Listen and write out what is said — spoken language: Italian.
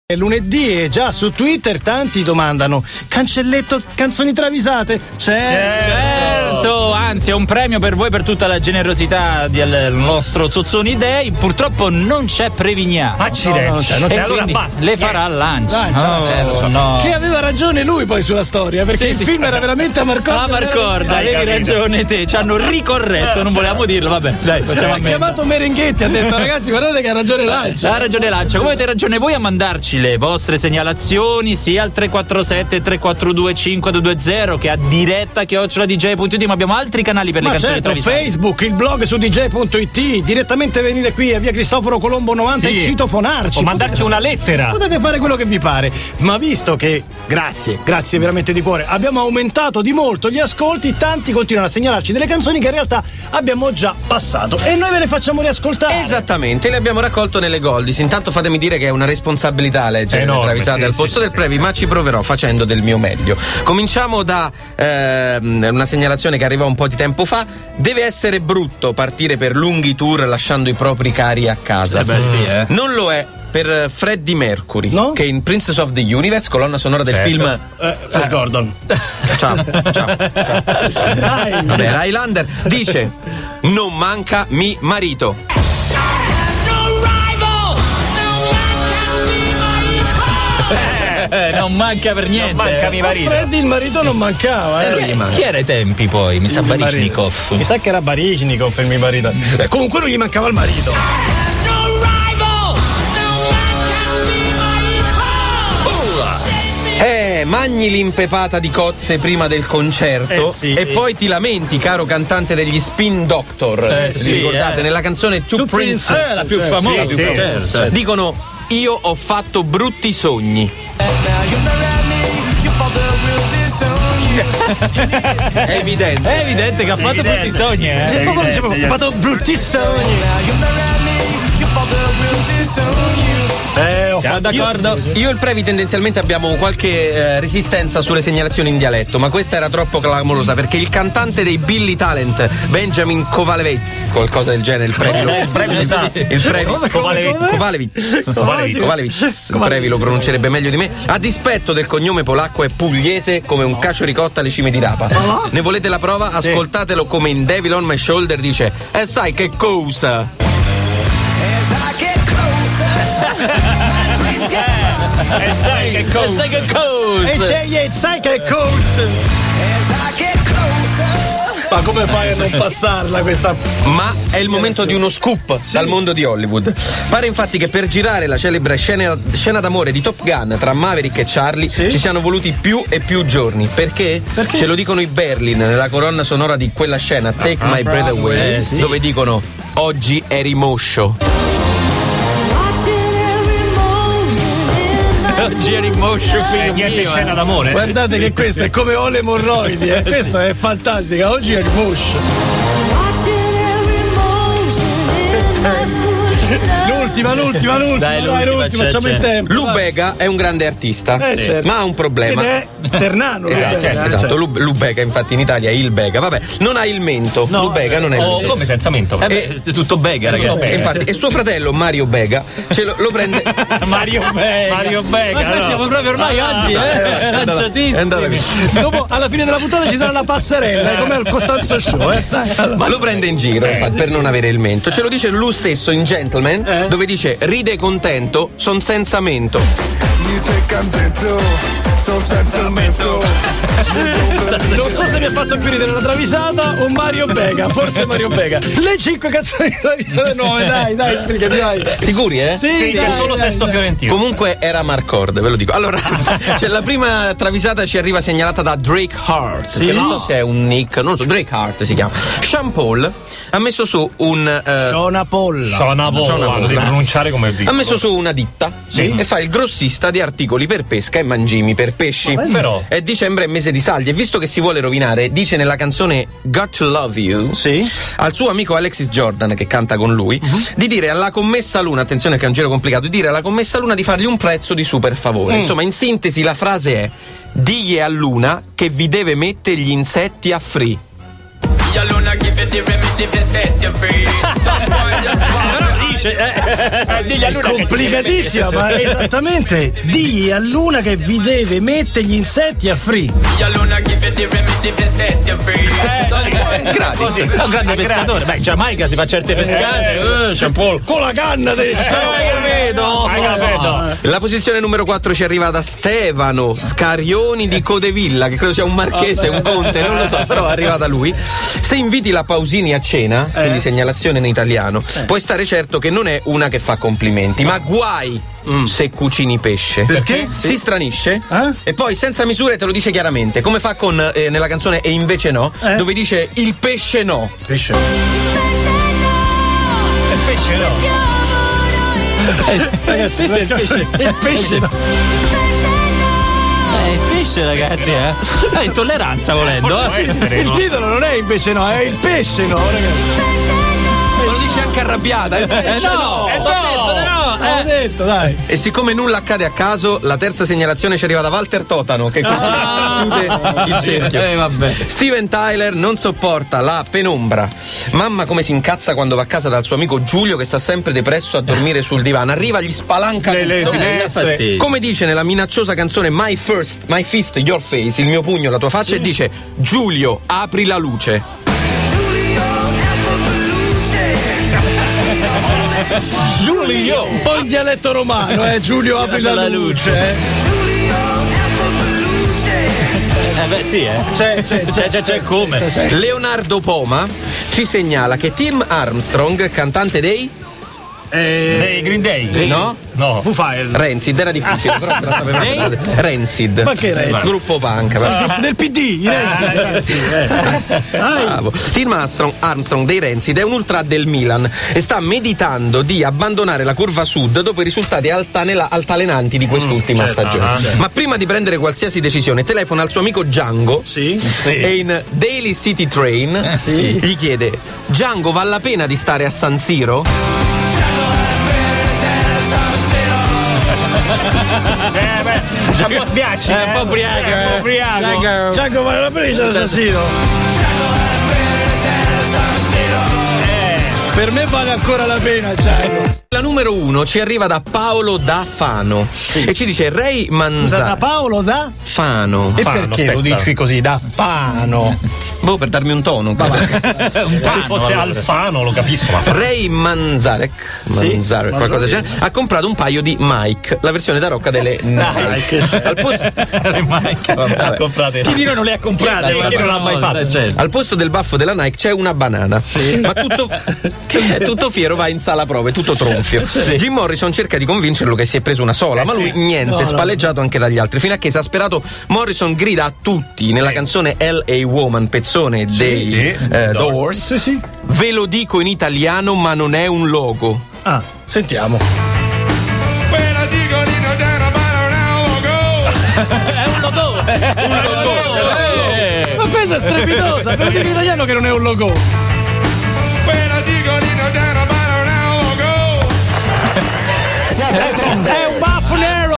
Lunedì e già su Twitter tanti domandano: cancelletto canzoni travisate? Certo, anzi è un premio per voi per tutta la generosità del nostro Zozzoni Day. Purtroppo non c'è Prevignano. Accidenti, non c'è. Allora basta. Le farà al lancio. No. Che aveva ragione lui poi sulla storia, perché il film era veramente Amarcord. Amarcord, avevi ragione te, ci hanno ricorretto, non volevamo dirlo, vabbè, dai, facciamo ha chiamato Merenghetti, ha detto ragazzi guardate che ha ragione Lancia. Ha ragione Lancia, come avete ragione voi a mandarci le vostre segnalazioni sia al 347 342 5220 che a diretta@dj.it, ma abbiamo altri canali per le canzoni travisate. Facebook, il blog su dj.it, direttamente venire qui a via Cristoforo Colombo 90 e citofonarci o mandarci una lettera. Potete fare quello che vi pare, ma visto che grazie veramente di cuore, abbiamo aumentato di molto gli ascolti, tanti continuano a segnalarci delle canzoni che in realtà abbiamo già passato e noi ve le facciamo riascoltare. Esattamente, le abbiamo raccolto nelle Goldies. Intanto fatemi dire che è una responsabilità leggere le travisate al posto del Previ, ma ci proverò facendo del mio meglio. Cominciamo da una segnalazione che arriva un po' di tempo fa. Deve essere brutto partire per lunghi tour lasciando i propri cari a casa. Non lo è per Freddie Mercury, no? Che in Princess of the Universe, colonna sonora del film Flash Gordon. Ciao. Vabbè, Highlander dice: non manca mi marito. Non manca per niente. Non manca mio marito. Freddy il marito non mancava. Chi era ai tempi poi? Mi sa Baryshnikov. Mi sa che era Baryshnikov il mio marito. Comunque non gli mancava il marito. Magni l'impepata di cozze prima del concerto e poi ti lamenti, caro cantante degli Spin Doctor. Ricordate nella canzone Two Princes, la più famosa. Certo. Dicono: io ho fatto brutti sogni. È evidente che ha fatto brutti sogni. Ho fatto brutti sogni. Siamo d'accordo. Io e il Previ tendenzialmente abbiamo qualche resistenza sulle segnalazioni in dialetto, ma questa era troppo clamorosa perché il cantante dei Billy Talent, Benjamin Kovalevich, qualcosa del genere, il Previ lo pronuncerebbe meglio di me, a dispetto del cognome polacco è pugliese come un cacio ricotta alle cime di rapa. Ne volete la prova? Ascoltatelo come in Devil on My Shoulder dice: e sai che cosa? E sai che cosa? E sai che cosa? Ma come fai a non passarla questa? Ma è il momento di uno scoop dal mondo di Hollywood. Pare infatti che per girare la celebre scena d'amore di Top Gun tra Maverick e Charlie ci siano voluti più e più giorni. Perché? Ce lo dicono i Berlin nella colonna sonora di quella scena Take My Breath Away, dove dicono: oggi eri moscio. Oggi eri moscio, figlio mio. Scena d'amore. Guardate che questa è come ho le emorroidi, questa è fantastica. Oggi eri moscio. L'ultima. Dai, facciamo il tempo. Lou Bega è un grande artista, ma ha un problema. Ed è Ternano. Esatto. Lou Bega, infatti in Italia è il Bega. Vabbè, non ha il mento. Lou Bega non è il mento. Come senza mento? È tutto Bega, ragazzi. Infatti, e suo fratello Mario Bega lo prende. Mario Bega. Ma siamo proprio ormai oggi, lanciatissimi. Dopo, alla fine della puntata ci sarà la passerella, come al Costanzo Show. Lo prende in giro, infatti, per non avere il mento. Ce lo dice lui stesso in Gentleman, dove dice: ride contento, son senza mento. Non so se mi ha fatto più ridere la travisata o Mario Bega, forse Mario Bega. Le 5 canzoni travisate nuove, dai, spiegati, dai. Sicuri, Sì, c'è solo testo fiorentino. Comunque era Amarcord, ve lo dico. Allora, la prima travisata ci arriva segnalata da Drake Hart, che non so se è un nick, non lo so, Drake Hart si chiama. Sean Paul ha messo su un Shona Paul, lo devi pronunciare come dico. Ha messo su una ditta e fa il grossista di articoli per pesca e mangimi per pesci. Però è dicembre, è mese di saldi, e visto che si vuole rovinare, dice nella canzone Got to Love You al suo amico Alexis Jordan, che canta con lui, di dire alla commessa Luna, attenzione che è un giro complicato, di dire alla commessa Luna di fargli un prezzo di super favore. Insomma, in sintesi la frase è: digli a Luna che vi deve mettere gli insetti a free. Digli a Luna, è complicatissima, ma esattamente. Digli a Luna che vi deve mettere gli insetti a free. Gratis. È un grande pescatore. Beh, in Giamaica si fa certe pescate. C'è un po'. Con la canna Vedo. La posizione numero 4 ci arriva da Stefano Scarioni di Codevilla, che credo sia un marchese, un conte, non lo so, però arriva da lui. Se inviti la Pausini a cena, quindi segnalazione in italiano, puoi stare certo che non è una che fa complimenti, ma guai se cucini pesce. Perché? Si stranisce e poi senza misure te lo dice chiaramente, come fa con nella canzone E invece no, dove dice il pesce no. Pesce. Pesce no. Ragazzi, il pesce no. Il pesce, ragazzi, è intolleranza volendo. Il titolo non è invece no, è il pesce no, ragazzi. Ma lo dice anche arrabbiata. Ho detto, dai. E siccome nulla accade a caso, la terza segnalazione ci arriva da Walter Totano, che chiude il cerchio. Vabbè. Steven Tyler non sopporta la penombra. Mamma come si incazza quando va a casa dal suo amico Giulio, che sta sempre depresso a dormire sul divano. Arriva, gli spalanca tutto. Come dice nella minacciosa canzone My Fist, Your Face, il mio pugno, la tua faccia, e dice: Giulio, apri la luce. Giulio, un po' in dialetto romano, Giulio apri la luce. Beh sì, c'è come. Leonardo Poma ci segnala che Tim Armstrong, cantante dei Green Day. No? No. Foo Fighters. Rancid, era difficile, però te la sapevamo. Rancid. Ma che Rancid? Gruppo punk. Del PD, i Rancid. Bravo. Tim Armstrong dei Rancid è un ultra del Milan e sta meditando di abbandonare la curva sud dopo i risultati altalenanti di quest'ultima stagione. Ma prima di prendere qualsiasi decisione telefona al suo amico Django e in Daily City Train gli chiede: Django, vale la pena di stare a San Siro? C'è un po' spiace. È un po' ubriaco. Giacomo, vale la pena di stare assassino? Per me vale ancora la pena, Giacomo. La numero 1 ci arriva da Paolo da Fano e ci dice: Ray Manzarek. Da Paolo da Fano. E perché lo dici così? Da Fano. Boh, per darmi un tono. Se fosse Alfano lo capisco. Ray Manzarek, qualcosa del genere, ha comprato un paio di Mike, la versione da rocca delle Nike. Ha comprate. Chi di noi non le ha comprate? Chi non l'ha mai fatto? Al posto del baffo della Nike c'è una banana. Ma tutto fiero va in sala prove, tutto tronfio. Jim Morrison cerca di convincerlo che si è preso una sola, ma lui niente, spalleggiato anche dagli altri, fino a che, esasperato, Morrison grida a tutti nella canzone L.A. Woman, pezzone dei Doors: ve lo dico in italiano, ma non è un logo. Sentiamo. È un logo. Ma questa è strepitosa, per dire in italiano che non è un logo. È